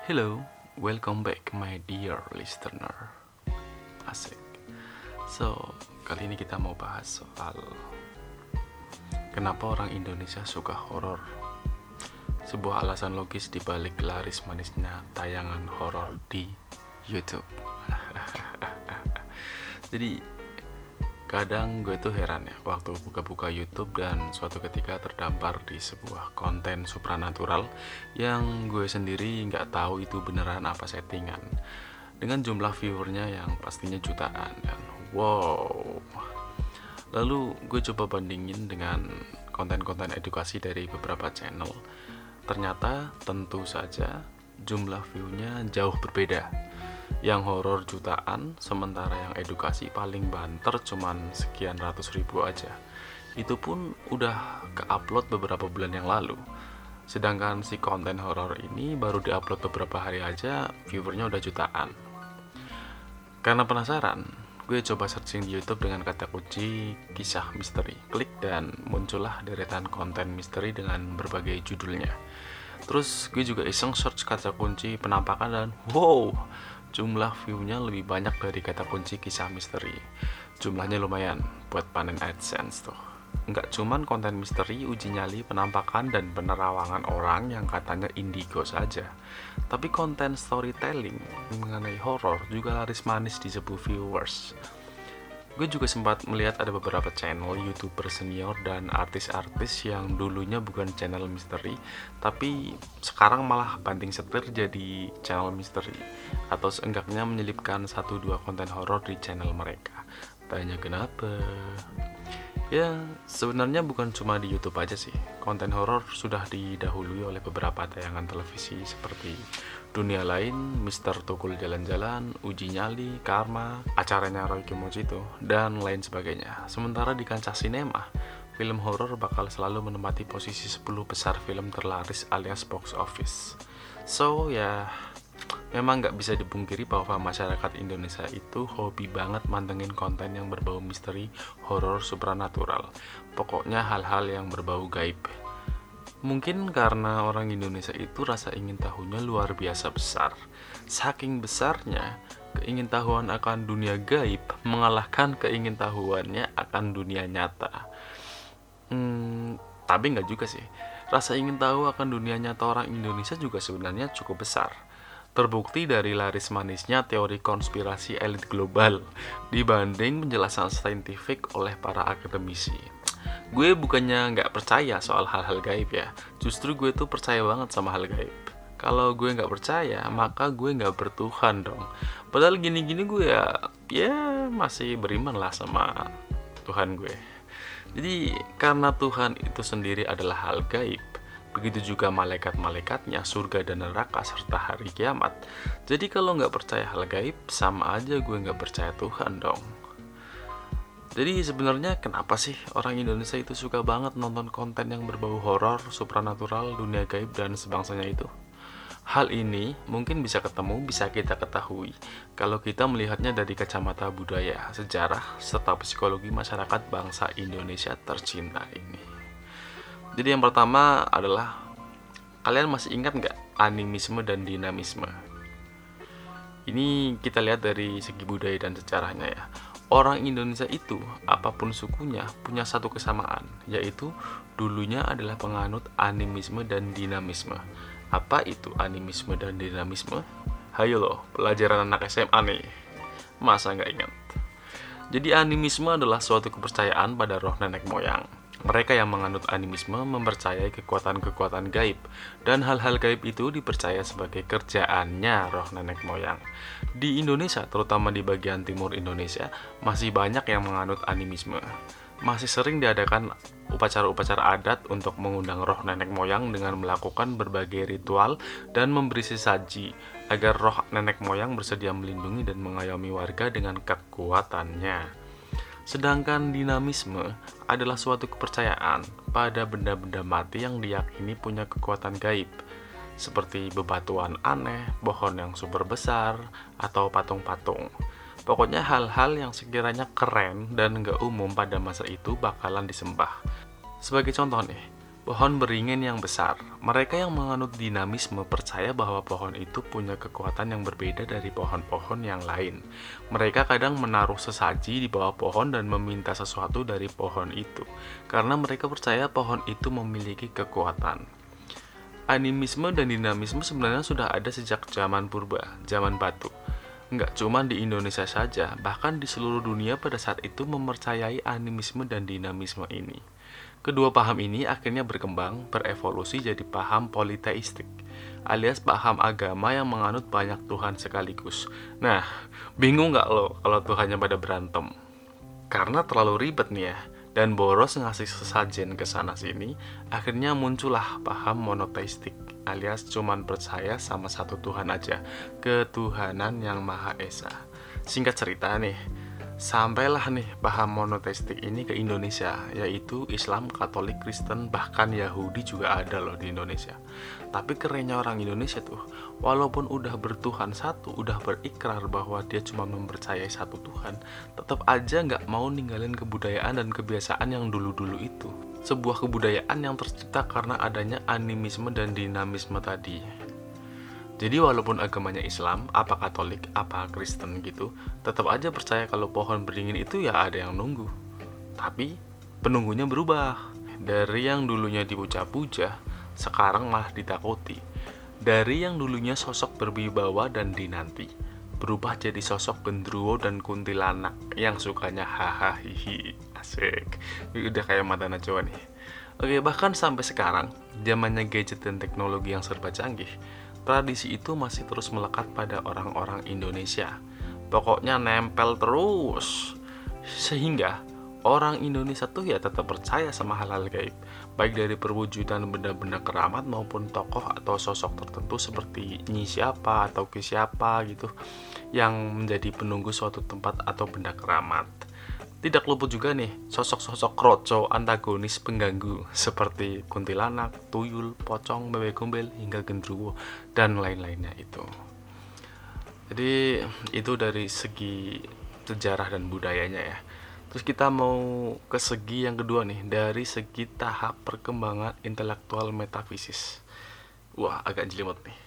Hello, welcome back my dear listener. Asik. Kali ini kita mau bahas soal kenapa orang Indonesia suka horor. Sebuah alasan logis dibalik laris manisnya tayangan horor di YouTube. Jadi kadang gue tuh heran ya waktu buka-buka YouTube dan suatu ketika terdampar di sebuah konten supranatural yang gue sendiri nggak tahu itu beneran apa settingan, dengan jumlah viewernya yang pastinya jutaan dan wow. Lalu gue coba bandingin dengan konten-konten edukasi dari beberapa channel. Ternyata tentu saja jumlah view-nya jauh berbeda. Yang horor jutaan, sementara yang edukasi paling banter cuman sekian ratus ribu aja. Itu pun udah ke-upload beberapa bulan yang lalu. Sedangkan si konten horor ini baru di-upload beberapa hari aja, viewernya udah jutaan. Karena penasaran, gue coba searching di YouTube dengan kata kunci kisah misteri. Klik dan muncullah deretan konten misteri dengan berbagai judulnya. Terus gue juga iseng search kata kunci penampakan dan wow, jumlah view-nya lebih banyak dari kata kunci kisah misteri. Jumlahnya lumayan buat panen AdSense tuh. Nggak cuman konten misteri, uji nyali, penampakan, dan penerawangan orang yang katanya indigo saja, tapi konten storytelling mengenai horor juga laris manis di disebut viewers. Gue juga sempat melihat ada beberapa channel YouTuber senior dan artis-artis yang dulunya bukan channel misteri, tapi sekarang malah banting setir jadi channel misteri, atau seenggaknya menyelipkan 1-2 konten horor di channel mereka. Tanya kenapa? Ya, sebenarnya bukan cuma di YouTube aja sih. Konten horor sudah didahului oleh beberapa tayangan televisi seperti Dunia Lain, Mister Tukul Jalan-Jalan, Uji Nyali, Karma, acaranya Roy Kimojito, dan lain sebagainya. Sementara di kancah sinema, film horor bakal selalu menempati posisi 10 besar film terlaris alias box office. Ya, memang nggak bisa dipungkiri bahwa masyarakat Indonesia itu hobi banget mantengin konten yang berbau misteri, horor, supranatural. Pokoknya hal-hal yang berbau gaib. Mungkin karena orang Indonesia itu rasa ingin tahunya luar biasa besar. Saking besarnya, keingintahuan akan dunia gaib mengalahkan keingintahuannya akan dunia nyata. Tapi nggak juga sih. Rasa ingin tahu akan dunia nyata orang Indonesia juga sebenarnya cukup besar. Terbukti dari laris manisnya teori konspirasi elit global dibanding penjelasan saintifik oleh para akademisi. Gue bukannya nggak percaya soal hal-hal gaib ya, justru gue tuh percaya banget sama hal gaib. Kalau gue nggak percaya, maka gue nggak bertuhan dong. Padahal gini-gini gue ya masih beriman lah sama Tuhan gue. Jadi karena Tuhan itu sendiri adalah hal gaib, begitu juga malaikat-malaikatnya, surga dan neraka, serta hari kiamat. Jadi kalau nggak percaya hal gaib, sama aja gue nggak percaya Tuhan dong. Jadi sebenarnya kenapa sih orang Indonesia itu suka banget nonton konten yang berbau horor, supranatural, dunia gaib, dan sebangsanya itu? Hal ini mungkin bisa kita ketahui kalau kita melihatnya dari kacamata budaya, sejarah, serta psikologi masyarakat bangsa Indonesia tercinta ini. Jadi yang pertama adalah, kalian masih ingat nggak animisme dan dinamisme? Ini kita lihat dari segi budaya dan sejarahnya ya. Orang Indonesia itu, apapun sukunya, punya satu kesamaan, yaitu dulunya adalah penganut animisme dan dinamisme. Apa itu animisme dan dinamisme? Hayo loh, pelajaran anak SMA nih. Masa nggak ingat? Jadi animisme adalah suatu kepercayaan pada roh nenek moyang. Mereka yang menganut animisme mempercayai kekuatan-kekuatan gaib, dan hal-hal gaib itu dipercaya sebagai kerjaannya roh nenek moyang. Di Indonesia, terutama di bagian timur Indonesia, masih banyak yang menganut animisme. Masih sering diadakan upacara-upacara adat untuk mengundang roh nenek moyang dengan melakukan berbagai ritual dan memberi sesaji agar roh nenek moyang bersedia melindungi dan mengayomi warga dengan kekuatannya. Sedangkan dinamisme adalah suatu kepercayaan pada benda-benda mati yang diyakini punya kekuatan gaib, seperti bebatuan aneh, pohon yang super besar, atau patung-patung. Pokoknya hal-hal yang sekiranya keren dan nggak umum pada masa itu bakalan disembah. Sebagai contoh nih, Pohon beringin yang besar. Mereka yang menganut dinamisme percaya bahwa pohon itu punya kekuatan yang berbeda dari pohon-pohon yang lain. Mereka kadang menaruh sesaji di bawah pohon dan meminta sesuatu dari pohon itu, karena mereka percaya pohon itu memiliki kekuatan. Animisme dan dinamisme sebenarnya sudah ada sejak zaman purba, zaman batu. Nggak cuma di Indonesia saja, bahkan di seluruh dunia pada saat itu mempercayai animisme dan dinamisme ini. Kedua paham ini akhirnya berkembang, berevolusi jadi paham politeistik, alias paham agama yang menganut banyak Tuhan sekaligus. Nah, bingung nggak lo kalau Tuhannya pada berantem? Karena terlalu ribet nih ya, dan boros ngasih sesajen ke sana sini, akhirnya muncullah paham monoteistik, alias cuman percaya sama satu Tuhan aja, ketuhanan yang Maha Esa. Singkat cerita nih, sampailah nih paham monoteistik ini ke Indonesia, yaitu Islam, Katolik, Kristen, bahkan Yahudi juga ada loh di Indonesia. Tapi kerennya orang Indonesia tuh, walaupun udah bertuhan satu, udah berikrar bahwa dia cuma mempercayai satu Tuhan, tetap aja nggak mau ninggalin kebudayaan dan kebiasaan yang dulu-dulu itu. Sebuah kebudayaan yang tercipta karena adanya animisme dan dinamisme tadi. Jadi walaupun agamanya Islam, apa Katolik, apa Kristen gitu, tetap aja percaya kalau pohon beringin itu ya ada yang nunggu. Tapi penunggunya berubah. Dari yang dulunya dipuja-puja, sekarang malah ditakuti. Dari yang dulunya sosok berwibawa dan dinanti, berubah jadi sosok gendruwo dan kuntilanak yang sukanya hahaha hihi. Asik. Ini udah kayak mata najwa nih. Oke, bahkan sampai sekarang, zamannya gadget dan teknologi yang serba canggih, tradisi itu masih terus melekat pada orang-orang Indonesia. Pokoknya nempel terus. Sehingga orang Indonesia tuh ya tetap percaya sama hal-hal gaib, baik dari perwujudan benda-benda keramat maupun tokoh atau sosok tertentu seperti Nyi siapa atau Ki siapa gitu, yang menjadi penunggu suatu tempat atau benda keramat. Tidak luput juga nih sosok-sosok kroco antagonis pengganggu seperti kuntilanak, tuyul, pocong, bebek gombel, hingga gendruwo dan lain-lainnya itu. Jadi itu dari segi sejarah dan budayanya ya. Terus kita mau ke segi yang kedua nih, dari segi tahap perkembangan intelektual metafisis. Wah, agak jelimet nih.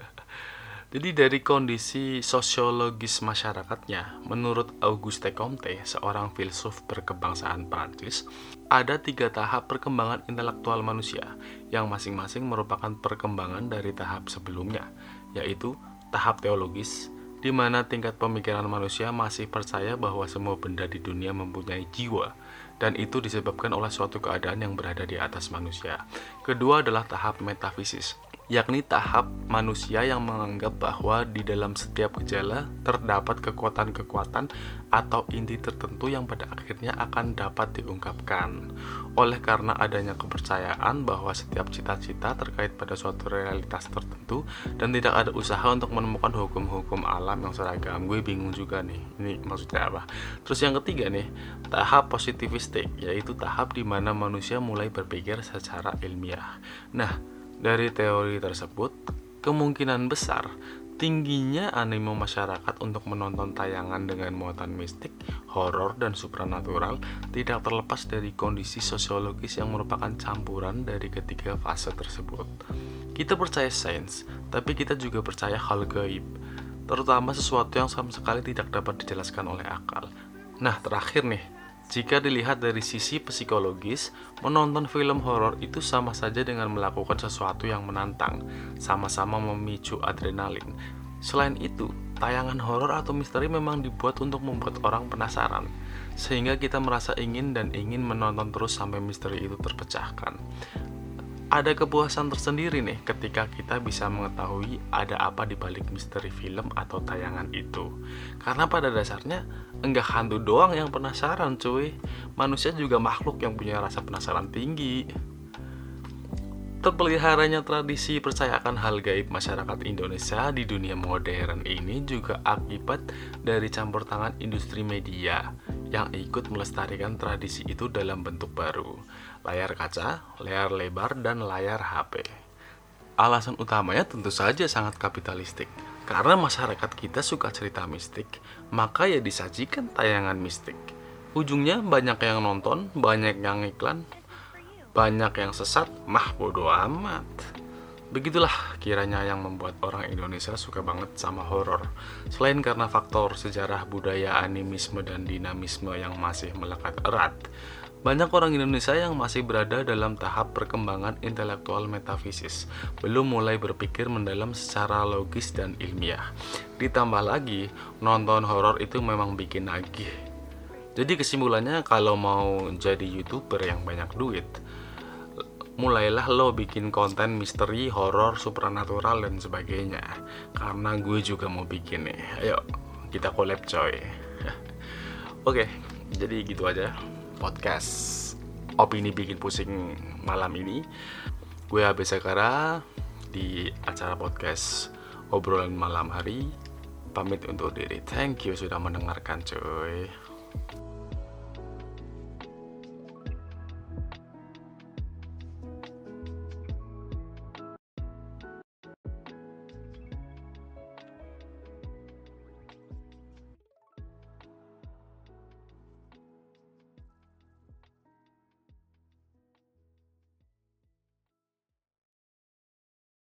Jadi dari kondisi sosiologis masyarakatnya, menurut Auguste Comte, seorang filsuf berkebangsaan Prancis, ada 3 tahap perkembangan intelektual manusia, yang masing-masing merupakan perkembangan dari tahap sebelumnya, yaitu tahap teologis, di mana tingkat pemikiran manusia masih percaya bahwa semua benda di dunia mempunyai jiwa, dan itu disebabkan oleh suatu keadaan yang berada di atas manusia. Kedua adalah tahap metafisis, yakni tahap manusia yang menganggap bahwa di dalam setiap gejala terdapat kekuatan-kekuatan atau inti tertentu yang pada akhirnya akan dapat diungkapkan. Oleh karena adanya kepercayaan bahwa setiap cita-cita terkait pada suatu realitas tertentu dan tidak ada usaha untuk menemukan hukum-hukum alam yang seragam. Gue bingung juga nih, ini maksudnya apa. Terus yang ketiga nih, tahap positivistik, yaitu tahap di mana manusia mulai berpikir secara ilmiah. Nah, dari teori tersebut, kemungkinan besar tingginya animo masyarakat untuk menonton tayangan dengan muatan mistik, horor, dan supranatural tidak terlepas dari kondisi sosiologis yang merupakan campuran dari ketiga fase tersebut. Kita percaya sains, tapi kita juga percaya hal gaib, terutama sesuatu yang sama sekali tidak dapat dijelaskan oleh akal. Nah, terakhir nih, jika dilihat dari sisi psikologis, menonton film horor itu sama saja dengan melakukan sesuatu yang menantang, sama-sama memicu adrenalin. Selain itu, tayangan horor atau misteri memang dibuat untuk membuat orang penasaran, sehingga kita merasa ingin menonton terus sampai misteri itu terpecahkan. Ada kepuasan tersendiri nih ketika kita bisa mengetahui ada apa di balik misteri film atau tayangan itu. Karena pada dasarnya enggak hantu doang yang penasaran cuy, manusia juga makhluk yang punya rasa penasaran tinggi. Terpeliharanya tradisi percaya akan hal gaib masyarakat Indonesia di dunia modern ini juga akibat dari campur tangan industri media yang ikut melestarikan tradisi itu dalam bentuk baru, layar kaca, layar lebar, dan layar HP. Alasan utamanya tentu saja sangat kapitalistik. Karena masyarakat kita suka cerita mistik, maka ya disajikan tayangan mistik. Ujungnya banyak yang nonton, banyak yang iklan. banyak yang sesat, mah bodo amat. Begitulah kiranya yang membuat orang Indonesia suka banget sama horor. Selain karena faktor sejarah budaya animisme dan dinamisme yang masih melekat erat, banyak orang Indonesia yang masih berada dalam tahap perkembangan intelektual metafisis, belum mulai berpikir mendalam secara logis dan ilmiah. Ditambah lagi, nonton horor itu memang bikin nagih. Jadi kesimpulannya, kalau mau jadi YouTuber yang banyak duit, mulailah lo bikin konten misteri, horor, supranatural, dan sebagainya. Karena gue juga mau bikin nih. Ayo, kita collab coy. Oke, jadi gitu aja podcast Opini Bikin Pusing malam ini. Gue Abe Sakara di acara podcast Obrolan Malam Hari. Pamit untuk diri. Thank you sudah mendengarkan coy.